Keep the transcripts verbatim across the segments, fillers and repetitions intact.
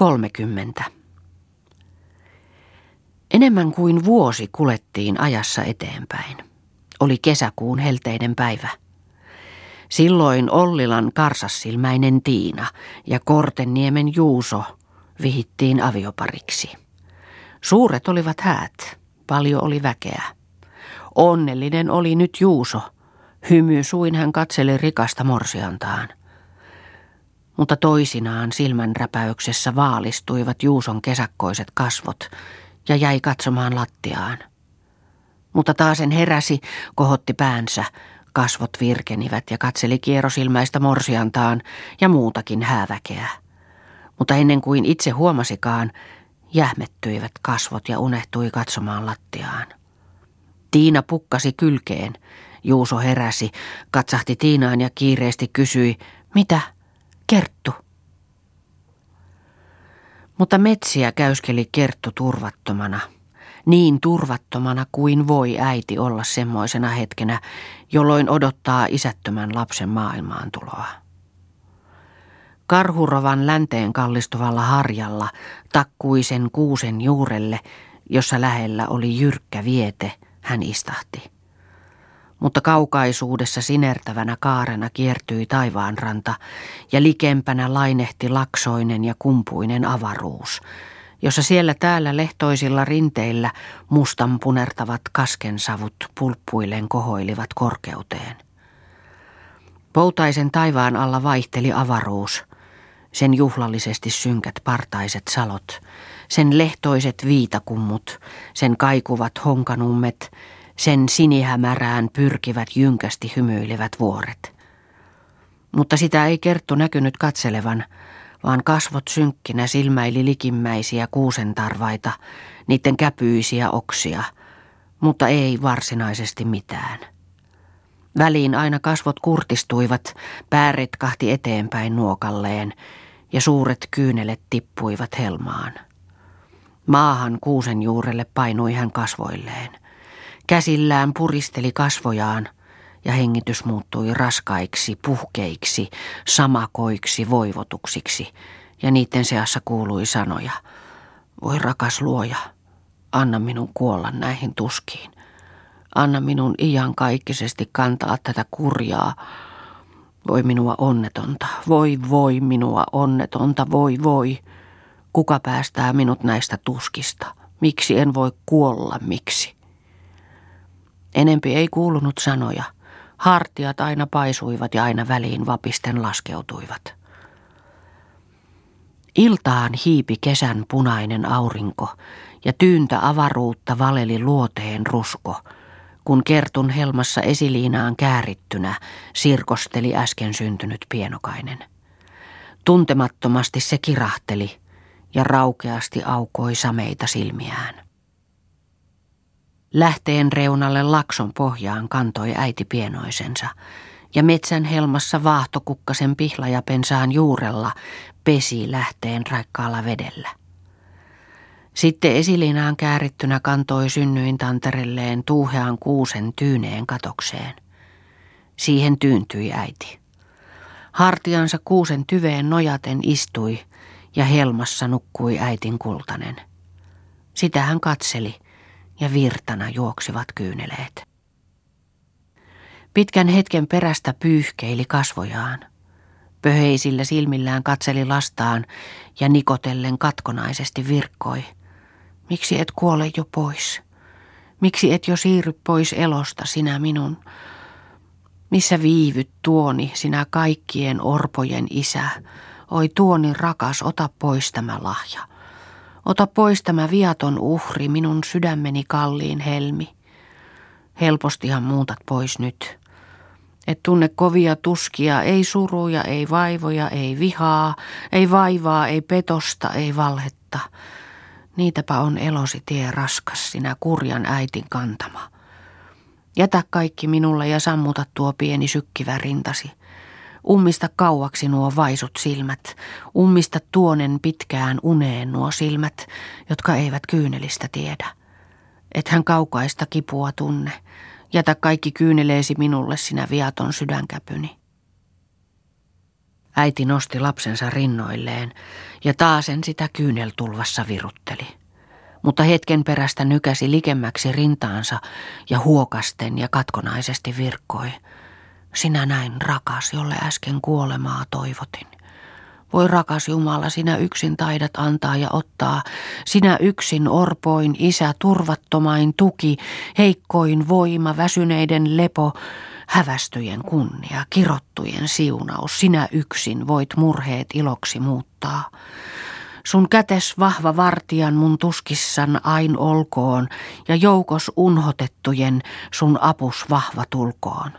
kolmekymmentä. Enemmän kuin vuosi kulettiin ajassa eteenpäin. Oli kesäkuun helteinen päivä. Silloin Ollilan karsassilmäinen Tiina ja Kortenniemen Juuso vihittiin aviopariksi. Suuret olivat häät, paljon oli väkeä. Onnellinen oli nyt Juuso. Hymy suin hän katseli rikasta morsiantaan. Mutta toisinaan silmänräpäyksessä vaalistuivat Juuson kesäkkoiset kasvot ja jäi katsomaan lattiaan. Mutta taasen heräsi, kohotti päänsä, kasvot virkenivät ja katseli kierrosilmäistä morsiantaan ja muutakin hääväkeä. Mutta ennen kuin itse huomasikaan, jähmettyivät kasvot ja unehtui katsomaan lattiaan. Tiina pukkasi kylkeen. Juuso heräsi, katsahti Tiinaan ja kiireesti kysyi, mitä? Kerttu. Mutta metsiä käyskeli Kerttu turvattomana. Niin turvattomana kuin voi äiti olla semmoisena hetkenä, jolloin odottaa isättömän lapsen maailmaantuloa. Karhurovan länteen kallistuvalla harjalla takkuisen kuusen juurelle, jossa lähellä oli jyrkkä viete, hän istahti. Mutta kaukaisuudessa sinertävänä kaarena kiertyi taivaanranta ja likempänä lainehti laksoinen ja kumpuinen avaruus, jossa siellä täällä lehtoisilla rinteillä mustan punertavat kaskensavut pulppuilleen kohoilivat korkeuteen. Poutaisen taivaan alla vaihteli avaruus, sen juhlallisesti synkät partaiset salot, sen lehtoiset viitakummut, sen kaikuvat honkanummet, sen sinihämärään pyrkivät jynkästi hymyilevät vuoret. Mutta sitä ei Kerttu näkynyt katselevan, vaan kasvot synkkinä silmäili likimmäisiä kuusentarvaita, niiden käpyisiä oksia, mutta ei varsinaisesti mitään. Väliin aina kasvot kurtistuivat, pää retkahti eteenpäin nuokalleen ja suuret kyynelet tippuivat helmaan. Maahan kuusen juurelle painui hän kasvoilleen. Käsillään puristeli kasvojaan ja hengitys muuttui raskaiksi, puhkeiksi, samakoiksi, voivotuksiksi ja niiden seassa kuului sanoja. Voi rakas luoja, anna minun kuolla näihin tuskiin. Anna minun iankaikkisesti kantaa tätä kurjaa. Voi minua onnetonta, voi voi minua onnetonta, voi voi. Kuka päästää minut näistä tuskista? Miksi en voi kuolla, miksi? Enempi ei kuulunut sanoja. Hartiat aina paisuivat ja aina väliin vapisten laskeutuivat. Iltaan hiipi kesän punainen aurinko ja tyyntä avaruutta valeli luoteen rusko, kun Kertun helmassa esiliinaan käärittynä sirkosteli äsken syntynyt pienokainen. Tuntemattomasti se kirahteli ja raukeasti aukoi sameita silmiään. Lähteen reunalle lakson pohjaan kantoi äiti pienoisensa, ja metsän helmassa vaahtokukkasen pihlajapensaan juurella pesi lähteen raikkaalla vedellä. Sitten esiliinaan käärittynä kantoi synnyin tanterelleen tuuhean kuusen tyyneen katokseen. Siihen tyyntyi äiti. Hartiansa kuusen tyveen nojaten istui, ja helmassa nukkui äitin kultanen. Sitä hän katseli, ja virtana juoksivat kyyneleet. Pitkän hetken perästä pyyhkeili kasvojaan. Pöheisillä silmillään katseli lastaan ja nikotellen katkonaisesti virkkoi. Miksi et kuole jo pois? Miksi et jo siirry pois elosta, sinä minun? Missä viivyt tuoni, sinä kaikkien orpojen isä? Oi tuoni rakas, ota pois tämä lahja. Ota pois tämä viaton uhri, minun sydämeni kalliin helmi. Helpostihan muutat pois nyt. Et tunne kovia tuskia, ei suruja, ei vaivoja, ei vihaa, ei vaivaa, ei petosta, ei valhetta. Niitäpä on elosi tie raskas, sinä kurjan äitin kantama. Jätä kaikki minulle ja sammuta tuo pieni sykkivä rintasi. Ummista kauaksi nuo vaisut silmät, ummista tuonen pitkään uneen nuo silmät, jotka eivät kyynelistä tiedä. Ethän kaukaista kipua tunne, jätä kaikki kyyneleesi minulle sinä viaton sydänkäpyni. Äiti nosti lapsensa rinnoilleen ja taasen sitä kyyneltulvassa virutteli. Mutta hetken perästä nykäsi likemmäksi rintaansa ja huokasten ja katkonaisesti virkkoi. Sinä näin rakas, jolle äsken kuolemaa toivotin. Voi rakas Jumala, sinä yksin taidat antaa ja ottaa. Sinä yksin orpoin isä, turvattomain tuki, heikkoin voima, väsyneiden lepo, hävästyjen kunnia, kirottujen siunaus. Sinä yksin voit murheet iloksi muuttaa. Sun kätes vahva vartijan mun tuskissan ain olkoon ja joukos unhotettujen sun apus vahva tulkoon.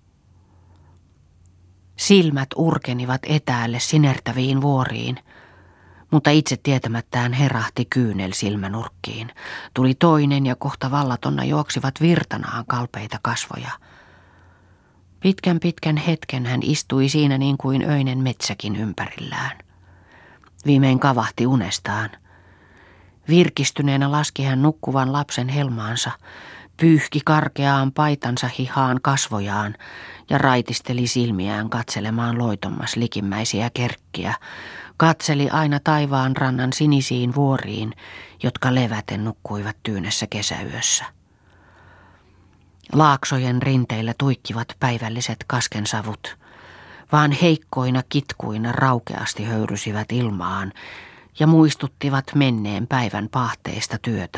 Silmät urkenivat etäälle sinertäviin vuoriin, mutta itse tietämättään herahti kyynel silmänurkkiin. Tuli toinen ja kohta vallatonna juoksivat virtanaan kalpeita kasvoja. Pitkän pitkän hetken hän istui siinä niin kuin öinen metsäkin ympärillään. Viimein kavahti unestaan. Virkistyneenä laski hän nukkuvan lapsen helmaansa, pyyhki karkeaan paitansa hihaan kasvojaan ja raitisteli silmiään katselemaan loitommas likimmäisiä kerkkiä. Katseli aina taivaan rannan sinisiin vuoriin, jotka leväten nukkuivat tyynessä kesäyössä. Laaksojen rinteillä tuikkivat päivälliset kaskensavut, vaan heikkoina kitkuina raukeasti höyrysivät ilmaan ja muistuttivat menneen päivän pahteista työtä.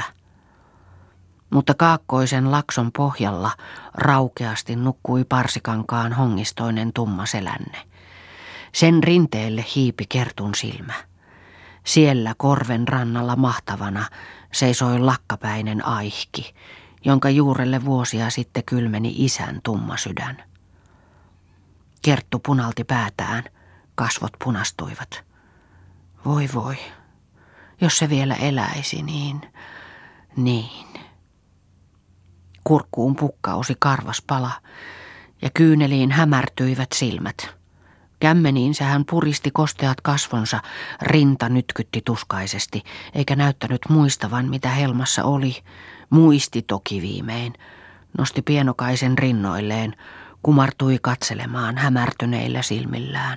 Mutta kaakkoisen lakson pohjalla raukeasti nukkui parsikankaan hongistoinen tumma selänne. Sen rinteelle hiipi Kertun silmä. Siellä korven rannalla mahtavana seisoi lakkapäinen aihki, jonka juurelle vuosia sitten kylmeni isän tumma sydän. Kerttu punalti päätään, kasvot punastuivat. Voi voi, jos se vielä eläisi, niin, niin. Kurkkuun pukkausi karvas pala ja kyyneliin hämärtyivät silmät. Kämmeniinsä hän puristi kosteat kasvonsa, rinta nytkytti tuskaisesti, eikä näyttänyt muistavan, mitä helmassa oli. Muisti toki viimein. Nosti pienokaisen rinnoilleen, kumartui katselemaan hämärtyneillä silmillään.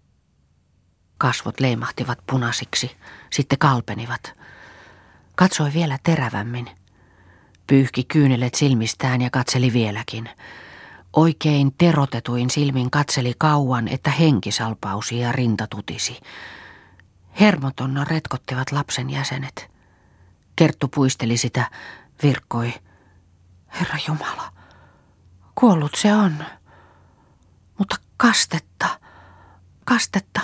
Kasvot leimahtivat punaisiksi, sitten kalpenivat. Katsoi vielä terävämmin. Pyyhki kyynelet silmistään ja katseli vieläkin. Oikein terotetuin silmin katseli kauan, että henki salpausi ja rinta tutisi. Hermotonna retkottivat lapsen jäsenet. Kerttu puisteli sitä, virkkoi. Herra Jumala, kuollut se on. Mutta kastetta, kastetta.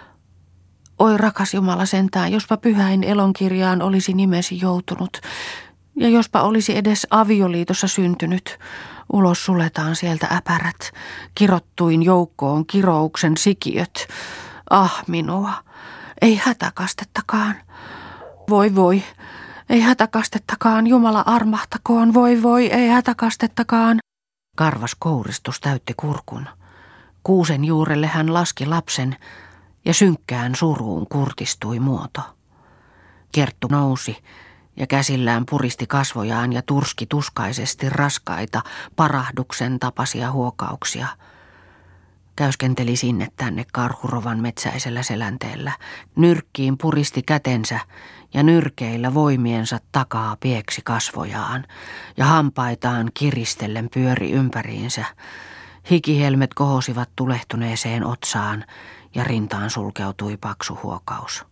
Oi rakas Jumala sentään, jospa pyhäin elonkirjaan olisi nimesi joutunut. Ja jospa olisi edes avioliitossa syntynyt. Ulos suletaan sieltä äpärät, kirottuin joukkoon kirouksen sikiöt. Ah minua, ei hätäkastettakaan. Voi voi, ei hätäkastettakaan, Jumala armahtakoon, voi voi, ei hätäkastettakaan. Karvas kouristus täytti kurkun. Kuusen juurelle hän laski lapsen ja synkkään suruun kurtistui muoto. Kerttu nousi ja käsillään puristi kasvojaan ja turski tuskaisesti raskaita, parahduksen tapaisia huokauksia. Käyskenteli sinne tänne Karhurovan metsäisellä selänteellä. Nyrkkiin puristi kätensä ja nyrkeillä voimiensa takaa pieksi kasvojaan ja hampaitaan kiristellen pyöri ympäriinsä. Hikihelmet kohosivat tulehtuneeseen otsaan ja rintaan sulkeutui paksu huokaus.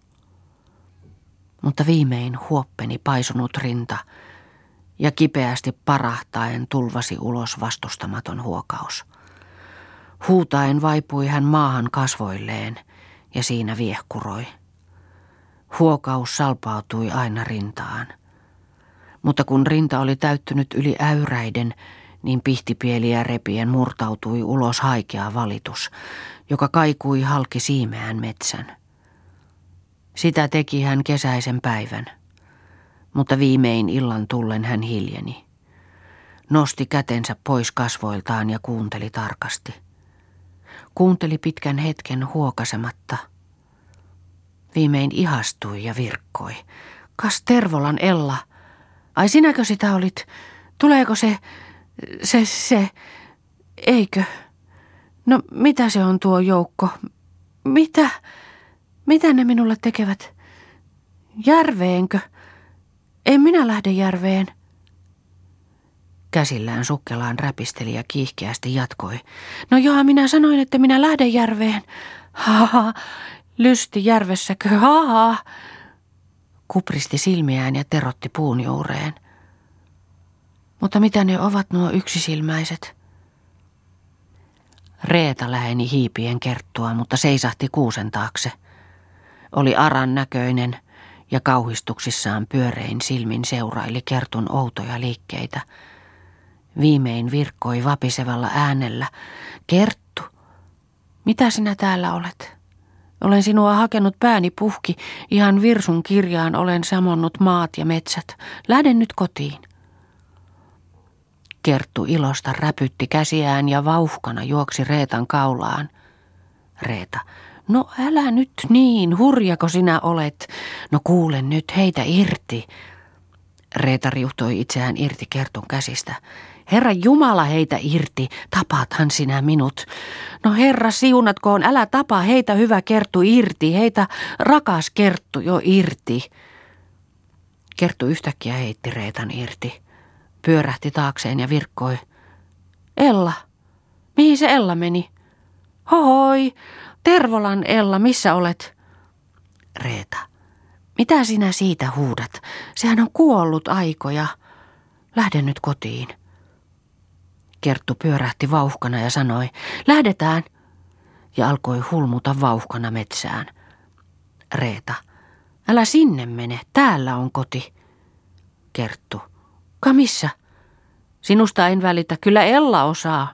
Mutta viimein huoppeni paisunut rinta ja kipeästi parahtaen tulvasi ulos vastustamaton huokaus. Huutaen vaipui hän maahan kasvoilleen ja siinä viehkuroi. Huokaus salpautui aina rintaan. Mutta kun rinta oli täyttynyt yli äyräiden, niin pihtipieliä repien murtautui ulos haikea valitus, joka kaikui halki siimeän metsän. Sitä teki hän kesäisen päivän, mutta viimein illan tullen hän hiljeni. Nosti kätensä pois kasvoiltaan ja kuunteli tarkasti. Kuunteli pitkän hetken huokasematta. Viimein ihastui ja virkkoi. Kas Tervolan Ella, ai sinäkö sitä olit? Tuleeko se, se, se, eikö? No mitä se on tuo joukko? Mitä? Mitä ne minulle tekevät? Järveenkö? En minä lähde järveen. Käsillään sukkelaan räpisteli ja kiihkeästi jatkoi. No joo, minä sanoin, että minä lähden järveen. Haha, lysti järvessäkö? Haha. Kupristi silmiään ja terotti puun juureen. Mutta mitä ne ovat nuo yksisilmäiset? Reeta läheni hiipien Kerttua, mutta seisahti kuusen taakse. Oli aran näköinen ja kauhistuksissaan pyörein silmin seuraili Kertun outoja liikkeitä. Viimein virkkoi vapisevalla äänellä. Kerttu, mitä sinä täällä olet? Olen sinua hakenut pääni puhki, ihan virsun kirjaan olen samonnut maat ja metsät. Lähden nyt kotiin. Kerttu ilosta räpytti käsiään ja vauhkana juoksi Reetan kaulaan. Reeta, no älä nyt niin, hurjako sinä olet? No kuule nyt, heitä irti. Reeta riuhtoi itseään irti Kertun käsistä. Herra Jumala, heitä irti, tapaathan sinä minut. No herra siunatkoon, älä tapa, heitä hyvä Kerttu irti, heitä rakas Kerttu jo irti. Kerttu yhtäkkiä heitti Reetan irti. Pyörähti taakseen ja virkkoi. Ella, mihin se Ella meni? Hohoi, Tervolan Ella, missä olet? Reeta, mitä sinä siitä huudat? Sehän on kuollut aikoja. Lähde nyt kotiin. Kerttu pyörähti vauhkana ja sanoi, lähdetään, ja alkoi hulmuta vauhkana metsään. Reeta, älä sinne mene, täällä on koti. Kerttu, ka missä? Sinusta en välitä, kyllä Ella osaa.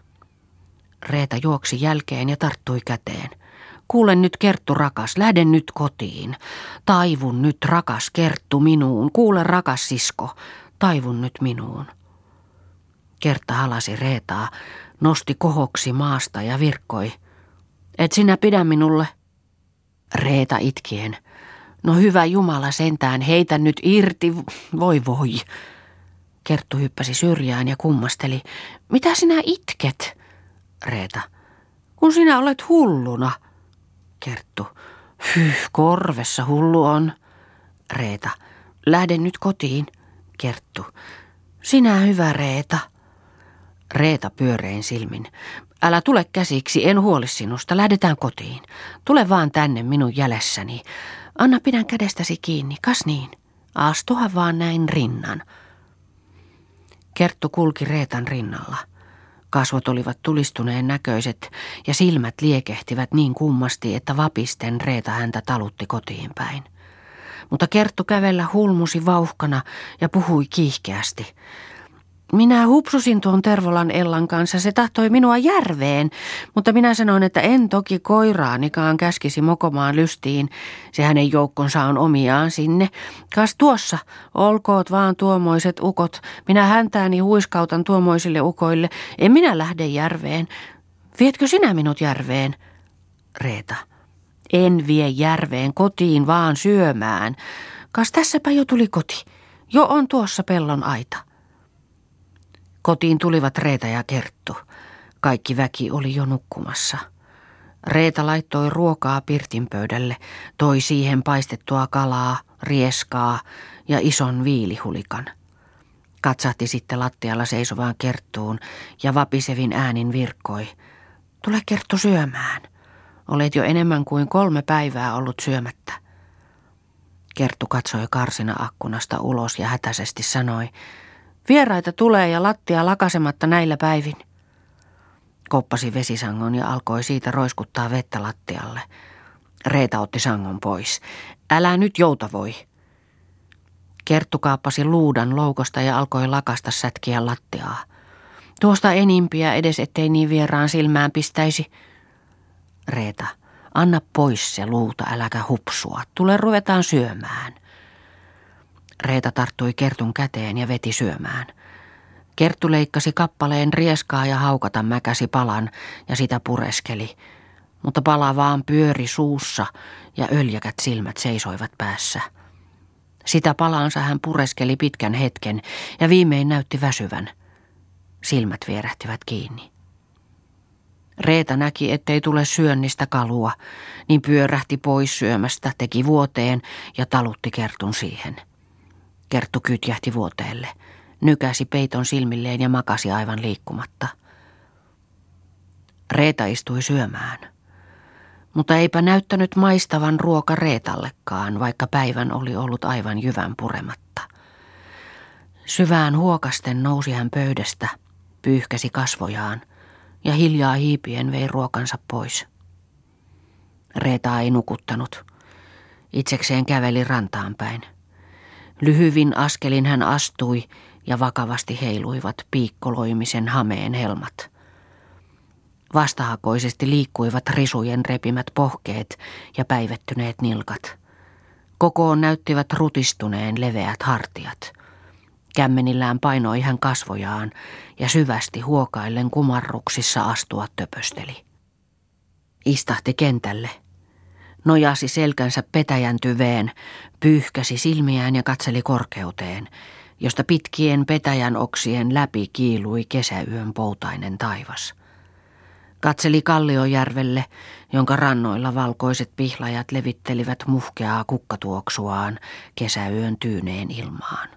Reeta juoksi jälkeen ja tarttui käteen. Kuule nyt Kerttu rakas, lähden nyt kotiin. Taivun nyt rakas Kerttu minuun, kuule rakas sisko, taivun nyt minuun. Kertta halasi Reetaa, nosti kohoksi maasta ja virkkoi. Et sinä pidä minulle? Reeta itkien. No hyvä Jumala sentään, heitä nyt irti, voi voi. Kerttu hyppäsi syrjään ja kummasteli. Mitä sinä itket? Reeta. Kun sinä olet hulluna. Kerttu. Hyh, korvessa hullu on. Reeta. Lähden nyt kotiin. Kerttu. Sinä hyvä Reeta. Reeta pyörein silmin. Älä tule käsiksi, en huoli sinusta, lähdetään kotiin. Tule vaan tänne minun jälessäni. Anna pidän kädestäsi kiinni, kas niin. Astuha vaan näin rinnan. Kerttu kulki Reetan rinnalla. Kasvot olivat tulistuneen näköiset ja silmät liekehtivät niin kummasti, että vapisten Reeta häntä talutti kotiin päin. Mutta Kerttu kävellä hulmusi vauhkana ja puhui kiihkeästi. Minä hupsusin tuon Tervolan Ellan kanssa, se tahtoi minua järveen, mutta minä sanoin, että en toki koiraanikaan käskisi mokomaan lystiin. Se hänen joukkonsa on omiaan sinne. Kas tuossa, olkoot vaan tuomoiset ukot. Minä häntääni huiskautan tuomoisille ukoille. En minä lähde järveen. Vietkö sinä minut järveen? Reeta. En vie järveen, kotiin vaan syömään. Kas tässäpä jo tuli koti. Jo on tuossa pellon aita. Kotiin tulivat Reeta ja Kerttu. Kaikki väki oli jo nukkumassa. Reeta laittoi ruokaa pirtinpöydälle, toi siihen paistettua kalaa, rieskaa ja ison viilihulikan. Katsahti sitten lattialla seisovaan Kerttuun ja vapisevin äänin virkkoi. Tule Kerttu syömään. Olet jo enemmän kuin kolme päivää ollut syömättä. Kerttu katsoi karsina akkunasta ulos ja hätäisesti sanoi. Vieraita tulee ja lattia lakasematta näillä päivin. Koppasi vesisangon ja alkoi siitä roiskuttaa vettä lattialle. Reeta otti sangon pois. Älä nyt joutavoi. Kerttu kaappasi luudan loukosta ja alkoi lakasta sätkiä lattiaa. Tuosta enimpiä edes ettei niin vieraan silmään pistäisi. Reeta, anna pois se luuta, äläkä hupsua. Tule ruvetaan syömään. Reeta tarttui Kertun käteen ja veti syömään. Kerttu leikkasi kappaleen rieskaa ja haukata mäkäsi palan ja sitä pureskeli. Mutta pala vaan pyöri suussa ja öljäkät silmät seisoivat päässä. Sitä palaansa hän pureskeli pitkän hetken ja viimein näytti väsyvän. Silmät vierähtivät kiinni. Reeta näki, ettei tule syönnistä kalua, niin pyörähti pois syömästä, teki vuoteen ja talutti Kertun siihen. Kerttu kytjähti vuoteelle, nykäsi peiton silmilleen ja makasi aivan liikkumatta. Reeta istui syömään. Mutta eipä näyttänyt maistavan ruoka Reetallekaan, vaikka päivän oli ollut aivan jyvän purematta. Syvään huokasten nousi hän pöydästä, pyyhkäsi kasvojaan ja hiljaa hiipien vei ruokansa pois. Reetaa ei nukuttanut. Itsekseen käveli rantaan päin. Lyhyvin askelin hän astui ja vakavasti heiluivat piikkoloimisen hameen helmat. Vastahakoisesti liikkuivat risujen repimät pohkeet ja päivettyneet nilkat. Kokoon näyttivät rutistuneen leveät hartiat. Kämmenillään painoi hän kasvojaan ja syvästi huokaillen kumarruksissa astua töpösteli. Istahti kentälle. Nojasi selkänsä petäjän tyveen, pyyhkäsi silmiään ja katseli korkeuteen, josta pitkien petäjän oksien läpi kiilui kesäyön poutainen taivas. Katseli Kalliojärvelle, jonka rannoilla valkoiset pihlajat levittelivät muhkeaa kukkatuoksuaan kesäyön tyyneen ilmaan.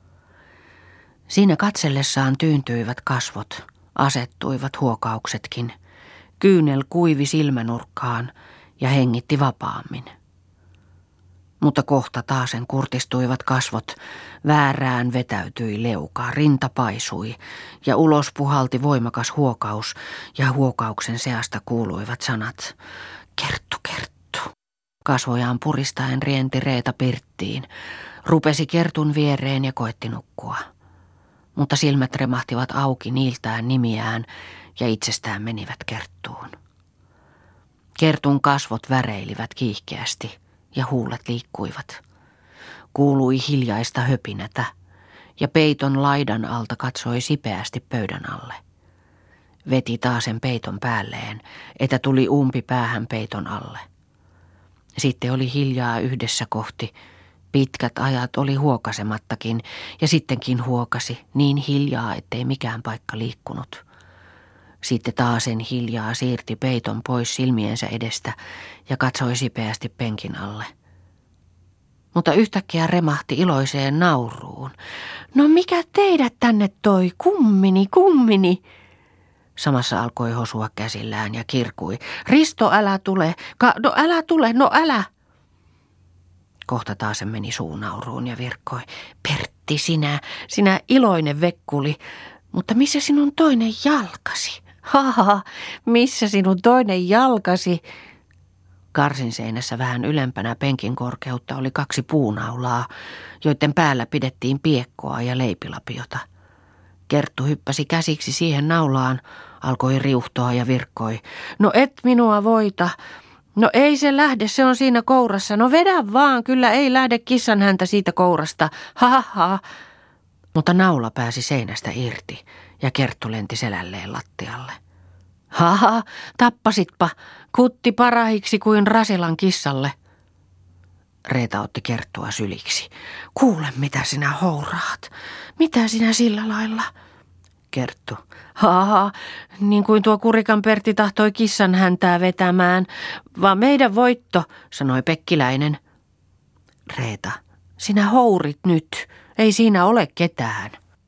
Siinä katsellessaan tyyntyivät kasvot, asettuivat huokauksetkin. Kyynel kuivi silmänurkkaan ja hengitti vapaammin. Mutta kohta taasen kurtistuivat kasvot, väärään vetäytyi leuka, rinta paisui ja ulos puhalti voimakas huokaus ja huokauksen seasta kuuluivat sanat. Kerttu, Kerttu. Kasvojaan puristaen rienti Reeta pirttiin, rupesi Kertun viereen ja koetti nukkua. Mutta silmät remahtivat auki niiltään nimiään ja itsestään menivät Kerttuun. Kertun kasvot väreilivät kiihkeästi ja huulet liikkuivat. Kuului hiljaista höpinätä ja peiton laidan alta katsoi sipeästi pöydän alle. Veti taasen peiton päälleen, että tuli umpi päähän peiton alle. Sitten oli hiljaa yhdessä kohti. Pitkät ajat oli huokasemattakin ja sittenkin huokasi niin hiljaa, ettei mikään paikka liikkunut. Sitten taasen hiljaa siirti peiton pois silmiensä edestä ja katsoi sipeästi penkin alle. Mutta yhtäkkiä remahti iloiseen nauruun. No mikä teidät tänne toi, kummini, kummini? Samassa alkoi hosua käsillään ja kirkui. Risto, älä tule, Ka- no älä tule, no älä. Kohta taasen meni suunauruun ja virkkoi. Pertti, sinä, sinä iloinen vekkuli, mutta missä sinun toinen jalkasi? Haha, missä sinun toinen jalkasi? Karsin seinässä vähän ylempänä penkin korkeutta oli kaksi puunaulaa, joiden päällä pidettiin piekkoa ja leipilapiota. Kerttu hyppäsi käsiksi siihen naulaan, alkoi riuhtoa ja virkkoi. No et minua voita. No ei se lähde, se on siinä kourassa. No vedä vaan, kyllä ei lähde kissan häntä siitä kourasta. Ha ha ha. Mutta naula pääsi seinästä irti ja Kerttu lenti selälleen lattialle. Haha, tappasitpa, kutti parahiksi kuin Rasilan kissalle. Reeta otti Kerttua syliksi. Kuule, mitä sinä houraat. Mitä sinä sillä lailla? Kerttu. Haha, niin kuin tuo Kurikan Pertti tahtoi kissan häntää vetämään. Vaan meidän voitto, sanoi Pekkiläinen. Reeta, sinä hourit nyt. Ei siinä ole ketään.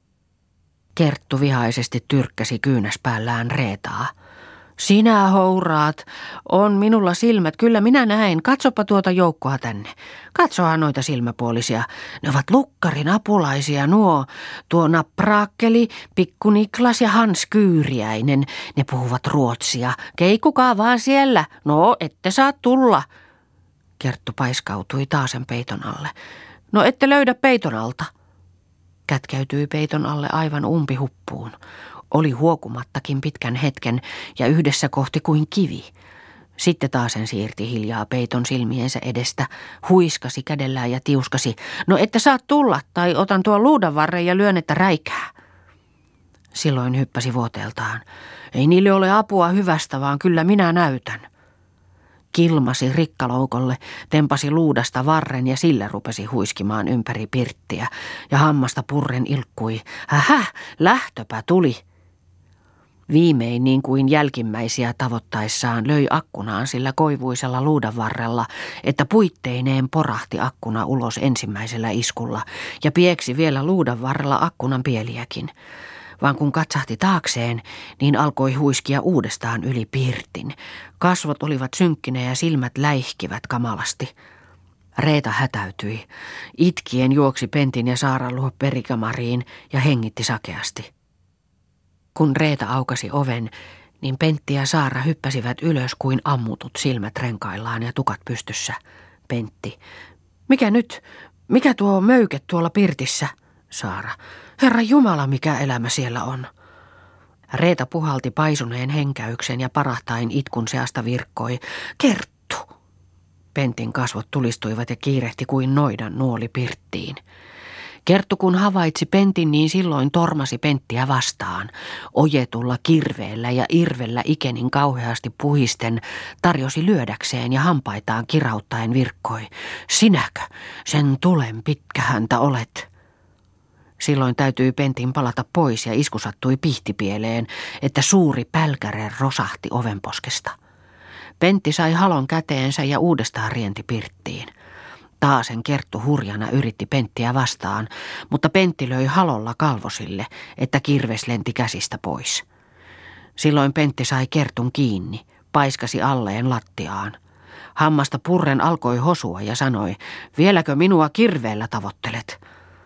Kerttu vihaisesti tyrkkäsi kyynäspäällään Reetaa. Sinä houraat. On minulla silmät. Kyllä minä näin. Katsopa tuota joukkoa tänne. Katsohan noita silmäpuolisia. Ne ovat Lukkarin apulaisia nuo. Tuo Napraakkeli, Pikku Niklas ja Hans Kyyriäinen. Ne puhuvat ruotsia. Keikukaa vaan siellä. No, ette saa tulla. Kerttu paiskautui taasen peiton alle. No, ette löydä peiton alta. Kätkäytyi peiton alle aivan umpihuppuun. Oli huokumattakin pitkän hetken ja yhdessä kohti kuin kivi. Sitten taasen siirti hiljaa peiton silmiensä edestä, huiskasi kädellään ja tiuskasi. No ette saa tulla, tai otan tuon luudanvarren ja lyön, että räikää. Silloin hyppäsi vuoteeltaan. Ei niille ole apua hyvästä, vaan kyllä minä näytän. Kilmasi rikkaloukolle, tempasi luudasta varren ja sillä rupesi huiskimaan ympäri pirttiä ja hammasta purren ilkkui. Hähä, lähtöpä tuli. Viimein niin kuin jälkimmäisiä tavoittaessaan löi akkunaan sillä koivuisella luudan varrella, että puitteineen porahti akkuna ulos ensimmäisellä iskulla ja pieksi vielä luudan varrella akkunan pieliäkin. Vaan kun katsahti taakseen, niin alkoi huiskia uudestaan yli pirtin. Kasvot olivat synkkinä ja silmät läihkivät kamalasti. Reeta hätäytyi. Itkien juoksi Pentin ja Saaran luo perikamariin ja hengitti sakeasti. Kun Reeta aukasi oven, niin Pentti ja Saara hyppäsivät ylös kuin ammutut, silmät renkaillaan ja tukat pystyssä. Pentti: mikä nyt? Mikä tuo möyke tuolla pirtissä? Saara: Herra Jumala, mikä elämä siellä on. Reeta puhalti paisuneen henkäyksen ja parahtain itkun seasta virkkoi: Kerttu! Pentin kasvot tulistuivat ja kiirehti kuin noidan nuoli pirttiin. Kerttu kun havaitsi Pentin, niin silloin tormasi Penttiä vastaan. Ojetulla kirveellä ja irvellä ikenin kauheasti puhisten tarjosi lyödäkseen ja hampaitaan kirauttaen virkkoi: Sinäkö, sen tulen pitkähäntä olet? Silloin täytyi Pentin palata pois ja isku sattui pihtipieleen, että suuri pälkäre rosahti ovenposkesta. Pentti sai halon käteensä ja uudestaan rienti pirttiin. Taasen Kerttu hurjana yritti Penttiä vastaan, mutta Pentti löi halolla kalvosille, että kirves lenti käsistä pois. Silloin Pentti sai Kertun kiinni, paiskasi alleen lattiaan. Hammasta purren alkoi hosua ja sanoi: Vieläkö minua kirveellä tavoittelet?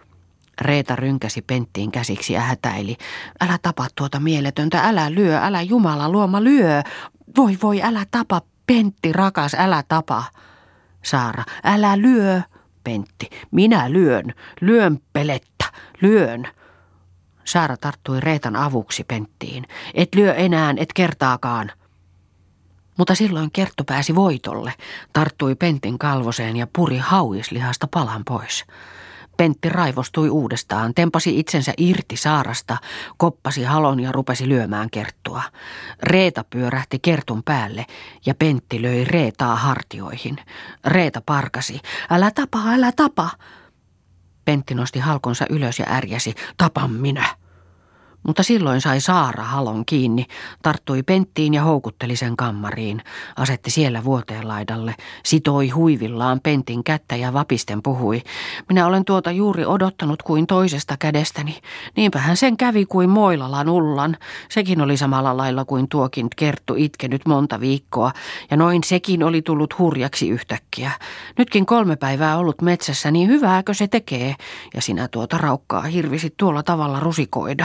Reeta rynkäsi Penttiin käsiksi ja hätäili: Älä tapa tuota mieletöntä, älä lyö, älä Jumala luoma lyö. Voi voi, älä tapa, Pentti rakas, älä tapa. Saara: Älä lyö. Pentti: Minä lyön, lyön pelettä, lyön. Saara tarttui Reetan avuksi Penttiin: Et lyö enää, et kertaakaan. Mutta silloin Kerttu pääsi voitolle, tarttui Pentin kalvoseen ja puri hauislihasta palan pois. Pentti raivostui uudestaan, tempasi itsensä irti Saarasta, koppasi halon ja rupesi lyömään Kerttua. Reeta pyörähti Kertun päälle ja Pentti löi Reetaa hartioihin. Reeta parkasi: Älä tapa, älä tapa. Pentti nosti halkonsa ylös ja ärjäsi: Tapan minä. Mutta silloin sai Saara halon kiinni, tarttui Penttiin ja houkutteli sen kammariin. Asetti siellä vuoteen laidalle, sitoi huivillaan Pentin kättä ja vapisten puhui: Minä olen tuota juuri odottanut kuin toisesta kädestäni. Niinpähän sen kävi kuin Moilalan Ullan. Sekin oli samalla lailla kuin tuokin Kerttu itkenyt monta viikkoa, ja noin sekin oli tullut hurjaksi yhtäkkiä. Nytkin kolme päivää ollut metsässä, niin hyvääkö se tekee? Ja sinä tuota raukkaa hirvisit tuolla tavalla rusikoida.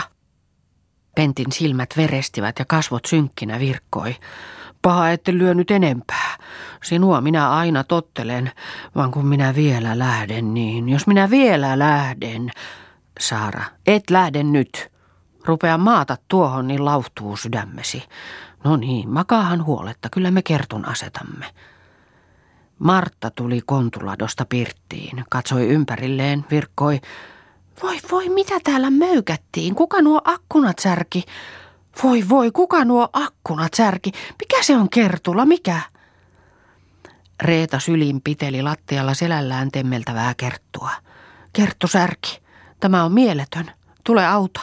Pentin silmät verestivät ja kasvot synkkinä virkkoi: Paha, ette lyönyt enempää. Sinua minä aina tottelen, vaan kun minä vielä lähden, niin jos minä vielä lähden. Saara: Et lähde nyt. Rupea maata tuohon, niin lauhtuu sydämesi. No niin, makaahan huoletta, kyllä me Kertun asetamme. Martta tuli Kontuladosta pirttiin, katsoi ympärilleen, virkkoi: Voi voi, mitä täällä möykättiin? Kuka nuo akkunat särki? Voi voi, kuka nuo akkunat särki? Mikä se on Kertulla, mikä? Reeta sylin piteli lattialla selällään temmeltävää Kerttua. Kerttu särki. Tämä on mieletön. Tule auta.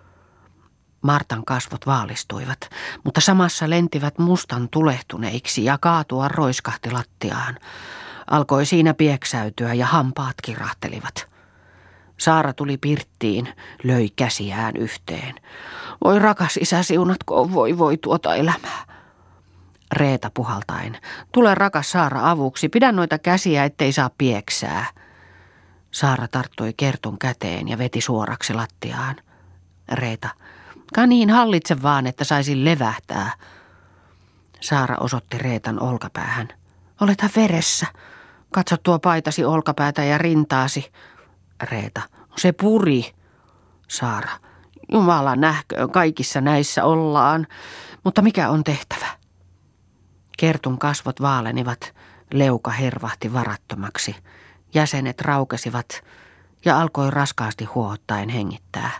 Martan kasvot vaalistuivat, mutta samassa lentivät mustan tulehtuneiksi ja kaatua roiskahti lattiaan. Alkoi siinä pieksäytyä ja hampaat kirahtelivat. Saara tuli pirttiin, löi käsiään yhteen. Voi rakas isä, siunatko, voi voi tuota elämää. Reeta puhaltain: Tule rakas Saara avuksi, pidä noita käsiä, ettei saa pieksää. Saara tarttui Kertun käteen ja veti suoraksi lattiaan. Reeta: Ka niin, hallitse vaan, että saisin levähtää. Saara osoitti Reetan olkapäähän. Olethan veressä. Katso tuo paitasi olkapäätä ja rintaasi. Reeta: Se puri. Saara: Jumala nähköön, kaikissa näissä ollaan. Mutta mikä on tehtävä? Kertun kasvot vaalenivat, leuka hervahti varattomaksi. Jäsenet raukesivat ja alkoi raskaasti huohottaen hengittää.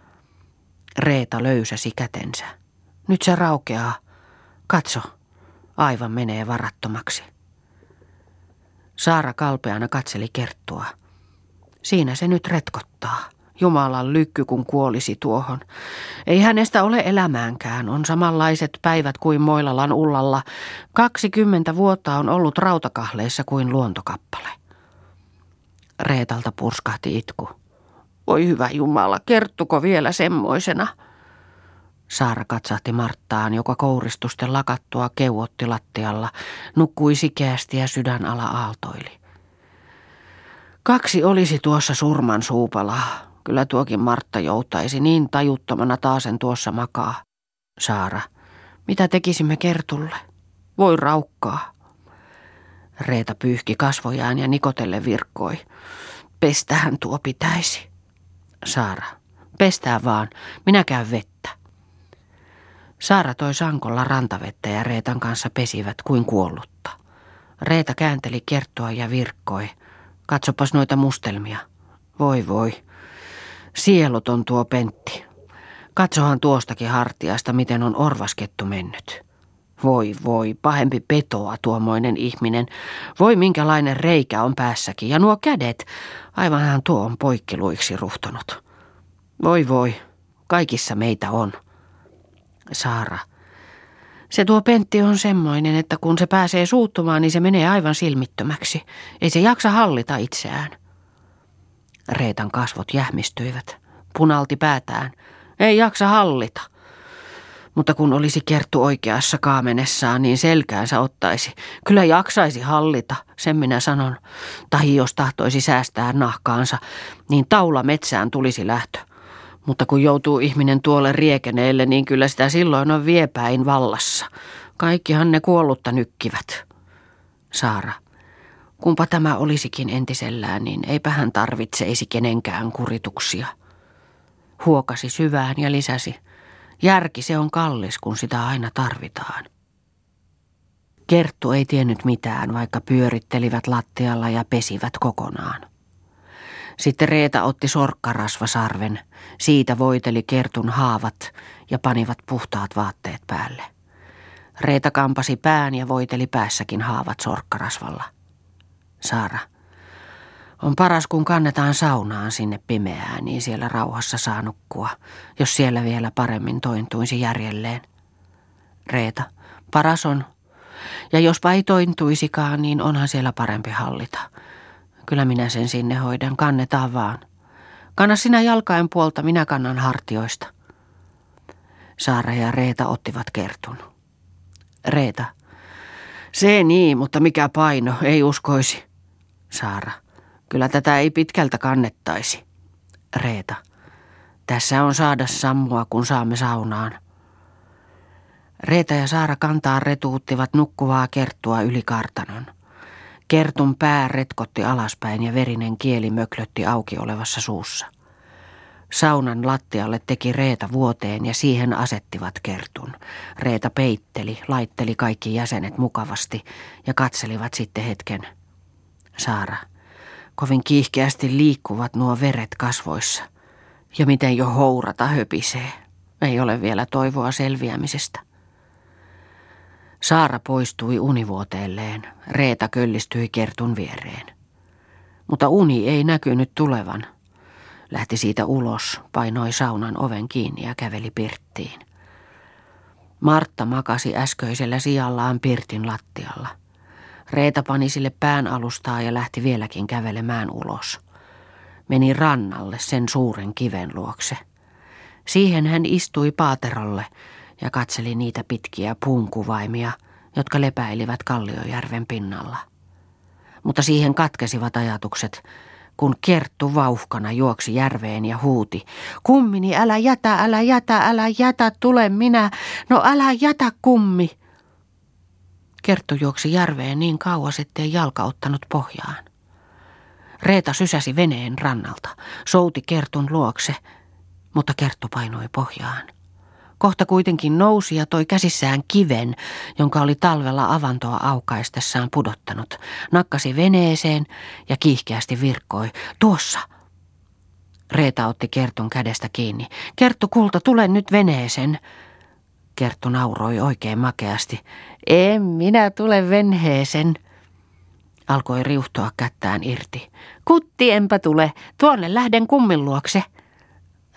Reeta löysäsi kätensä. Nyt se raukeaa. Katso, aivan menee varattomaksi. Saara kalpeana katseli Kerttua. Siinä se nyt retkottaa. Jumalan lykky, kun kuolisi tuohon. Ei hänestä ole elämäänkään, on samanlaiset päivät kuin Moilalan Ullalla. Kaksikymmentä vuotta on ollut rautakahleissa kuin luontokappale. Reetalta purskahti itku. Voi hyvä Jumala, Kerttuko vielä semmoisena? Saara katsahti Marttaan, joka kouristusten lakattua keuotti lattialla, nukkui sikeästi ja sydänala aaltoili. Kaksi olisi tuossa surman suupalaa. Kyllä tuokin Martta joutaisi niin tajuttomana taasen tuossa makaa. Saara, mitä tekisimme Kertulle? Voi raukkaa. Reeta pyyhki kasvojaan ja nikotelle virkkoi. Pestähän tuo pitäisi. Saara, pestää vaan, minä käyn vettä. Saara toi sankolla rantavettä ja Reetan kanssa pesivät kuin kuollutta. Reeta käänteli Kerttua ja virkkoi. Katsopas noita mustelmia. Voi voi. Sieluton tuo Pentti. Katsohan tuostakin hartiasta, miten on orvaskettu mennyt. Voi voi, pahempi petoa tuommoinen ihminen. Voi minkälainen reikä on päässäkin. Ja nuo kädet, aivanhan tuo on poikkiluiksi ruhtonut. Voi voi, kaikissa meitä on. Saara. Se tuo Pentti on semmoinen, että kun se pääsee suuttumaan, niin se menee aivan silmittömäksi. Ei se jaksa hallita itseään. Reetan kasvot jähmistyivät. Punalti päätään. Ei jaksa hallita. Mutta kun olisi Kerttu oikeassa kaamenessaan, niin selkäänsä ottaisi. Kyllä jaksaisi hallita, sen minä sanon. Tai jos tahtoisi säästää nahkaansa, niin taula metsään tulisi lähtö. Mutta kun joutuu ihminen tuolle riekeneelle, niin kyllä sitä silloin on viepäin vallassa. Kaikkihan ne kuollutta nykkivät. Saara. Kumpa tämä olisikin entisellään, niin eipä hän tarvitseisi kenenkään kurituksia. Huokasi syvään ja lisäsi. Järki se on kallis, kun sitä aina tarvitaan. Kerttu ei tiennyt mitään, vaikka pyörittelivät lattialla ja pesivät kokonaan. Sitten Reeta otti sorkkarasvasarven, siitä voiteli Kertun haavat ja panivat puhtaat vaatteet päälle. Reeta kampasi pään ja voiteli päässäkin haavat sorkkarasvalla. Saara. On paras, kun kannetaan saunaan sinne pimeään, niin siellä rauhassa saa nukkua, jos siellä vielä paremmin tointuisi järjelleen. Reeta. Paras on. Ja jospa ei tointuisikaan, niin onhan siellä parempi hallita. Kyllä minä sen sinne hoidan, kannetaan vaan. Kanna sinä jalkain puolta, minä kannan hartioista. Saara ja Reeta ottivat Kertun. Reeta. Se niin, mutta mikä paino, ei uskoisi. Saara. Kyllä tätä ei pitkältä kannettaisi. Reeta. Tässä on saada sammua, kun saamme saunaan. Reeta ja Saara kantaan retuuttivat nukkuvaa Kerttua yli kartanon. Kertun pää retkotti alaspäin ja verinen kieli möklötti auki olevassa suussa. Saunan lattialle teki Reeta vuoteen ja siihen asettivat Kertun. Reeta peitteli, laitteli kaikki jäsenet mukavasti ja katselivat sitten hetken. Saara. Kovin kiihkeästi liikkuvat nuo veret kasvoissa. Ja miten jo hourata höpisee. Ei ole vielä toivoa selviämisestä. Saara poistui univuoteelleen. Reeta köllistyi Kertun viereen. Mutta uni ei näkynyt tulevan. Lähti siitä ulos, painoi saunan oven kiinni ja käveli pirttiin. Martta makasi äsköisellä sijallaan pirtin lattialla. Reeta pani sille pään alustaa ja lähti vieläkin kävelemään ulos. Meni rannalle sen suuren kiven luokse. Siihen hän istui paaterolle ja katseli niitä pitkiä puunkuvaimia, jotka lepäilivät Kalliojärven pinnalla. Mutta siihen katkesivat ajatukset, kun Kerttu vauhkana juoksi järveen ja huuti. Kummini, älä jätä, älä jätä, älä jätä, tule minä. No älä jätä, kummi. Kerttu juoksi järveen niin kauas, ettei jalka ottanut pohjaan. Reeta sysäsi veneen rannalta, souti Kertun luokse, mutta Kerttu painoi pohjaan. Kohta kuitenkin nousi ja toi käsissään kiven, jonka oli talvella avantoa aukaistessaan pudottanut. Nakkasi veneeseen ja kiihkeästi virkkoi. Tuossa! Reeta otti Kertun kädestä kiinni. Kerttu kulta, tule nyt veneeseen. Kerttu nauroi oikein makeasti. En minä tule venheesen. Alkoi riuhtoa kättään irti. Kutti, enpä tule. Tuonne lähden kummin luokse.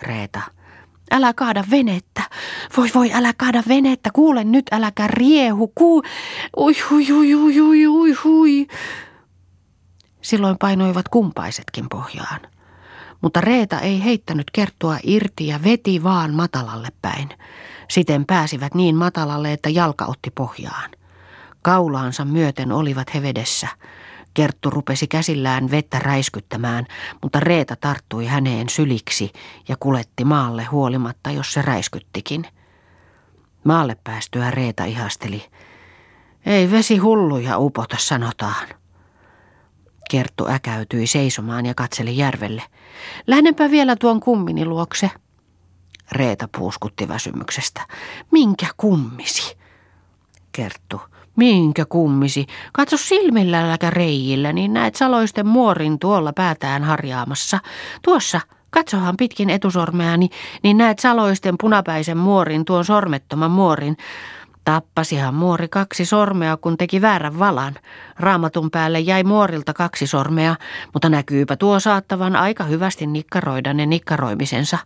Reeta. Älä kaada venettä. Voi voi, älä kaada venettä. Kuule nyt, äläkä riehu. Kuu... Ui hui hui hui hui hui hui. Silloin painoivat kumpaisetkin pohjaan. Mutta Reeta ei heittänyt Kerttua irti ja veti vaan matalalle päin. Siten pääsivät niin matalalle, että jalka otti pohjaan. Kaulaansa myöten olivat he vedessä. Kerttu rupesi käsillään vettä räiskyttämään, mutta Reeta tarttui häneen syliksi ja kuletti maalle huolimatta, jos se räiskyttikin. Maalle päästyä Reeta ihasteli. Ei vesi hulluja upota, sanotaan. Kerttu äkäytyi seisomaan ja katseli järvelle. Lähnenpä vielä tuon kummini luokse. Reeta puuskutti väsymyksestä. Minkä kummisi? Kerttu. Minkä kummisi? Katso silmillä äläkä reijillä, niin näet saloisten muorin tuolla päätään harjaamassa. Tuossa, katsohan pitkin etusormeani, niin näet saloisten punapäisen muorin, tuon sormettoman muorin. Tappasihan muori kaksi sormea, kun teki väärän valan. Raamatun päälle jäi muorilta kaksi sormea, mutta näkyypä tuo saattavan aika hyvästi nikkaroida ne nikkaroimisensa.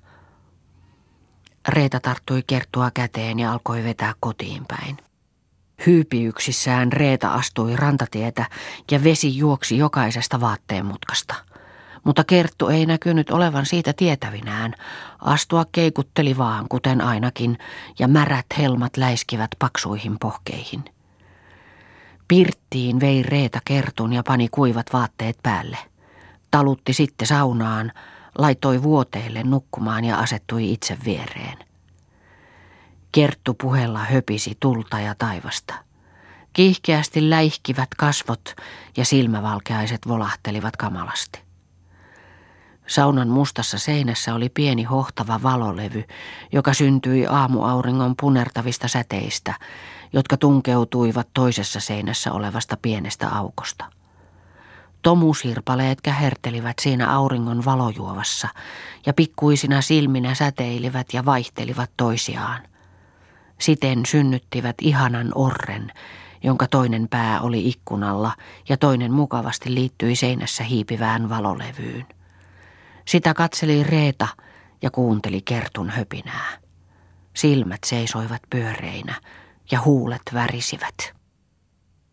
Reeta tarttui Kerttua käteen ja alkoi vetää kotiin päin. Hyypiyksissään Reeta astui rantatietä ja vesi juoksi jokaisesta vaatteen mutkasta. Mutta Kerttu ei näkynyt olevan siitä tietävinään. Astua keikutteli vaan, kuten ainakin, ja märät helmat läiskivät paksuihin pohkeihin. Pirttiin vei Reeta Kertun ja pani kuivat vaatteet päälle. Talutti sitten saunaan, laittoi vuoteille nukkumaan ja asettui itse viereen. Kerttu puhella höpisi tulta ja taivasta. Kiihkeästi läihkivät kasvot ja silmävalkeaiset volahtelivat kamalasti. Saunan mustassa seinässä oli pieni hohtava valolevy, joka syntyi aamuauringon punertavista säteistä, jotka tunkeutuivat toisessa seinässä olevasta pienestä aukosta. Tomusirpaleet kähertelivät siinä auringon valojuovassa ja pikkuisina silminä säteilivät ja vaihtelivat toisiaan. Siten synnyttivät ihanan orren, jonka toinen pää oli ikkunalla ja toinen mukavasti liittyi seinässä hiipivään valolevyyn. Sitä katseli Reeta ja kuunteli Kertun höpinää. Silmät seisoivat pyöreinä ja huulet värisivät.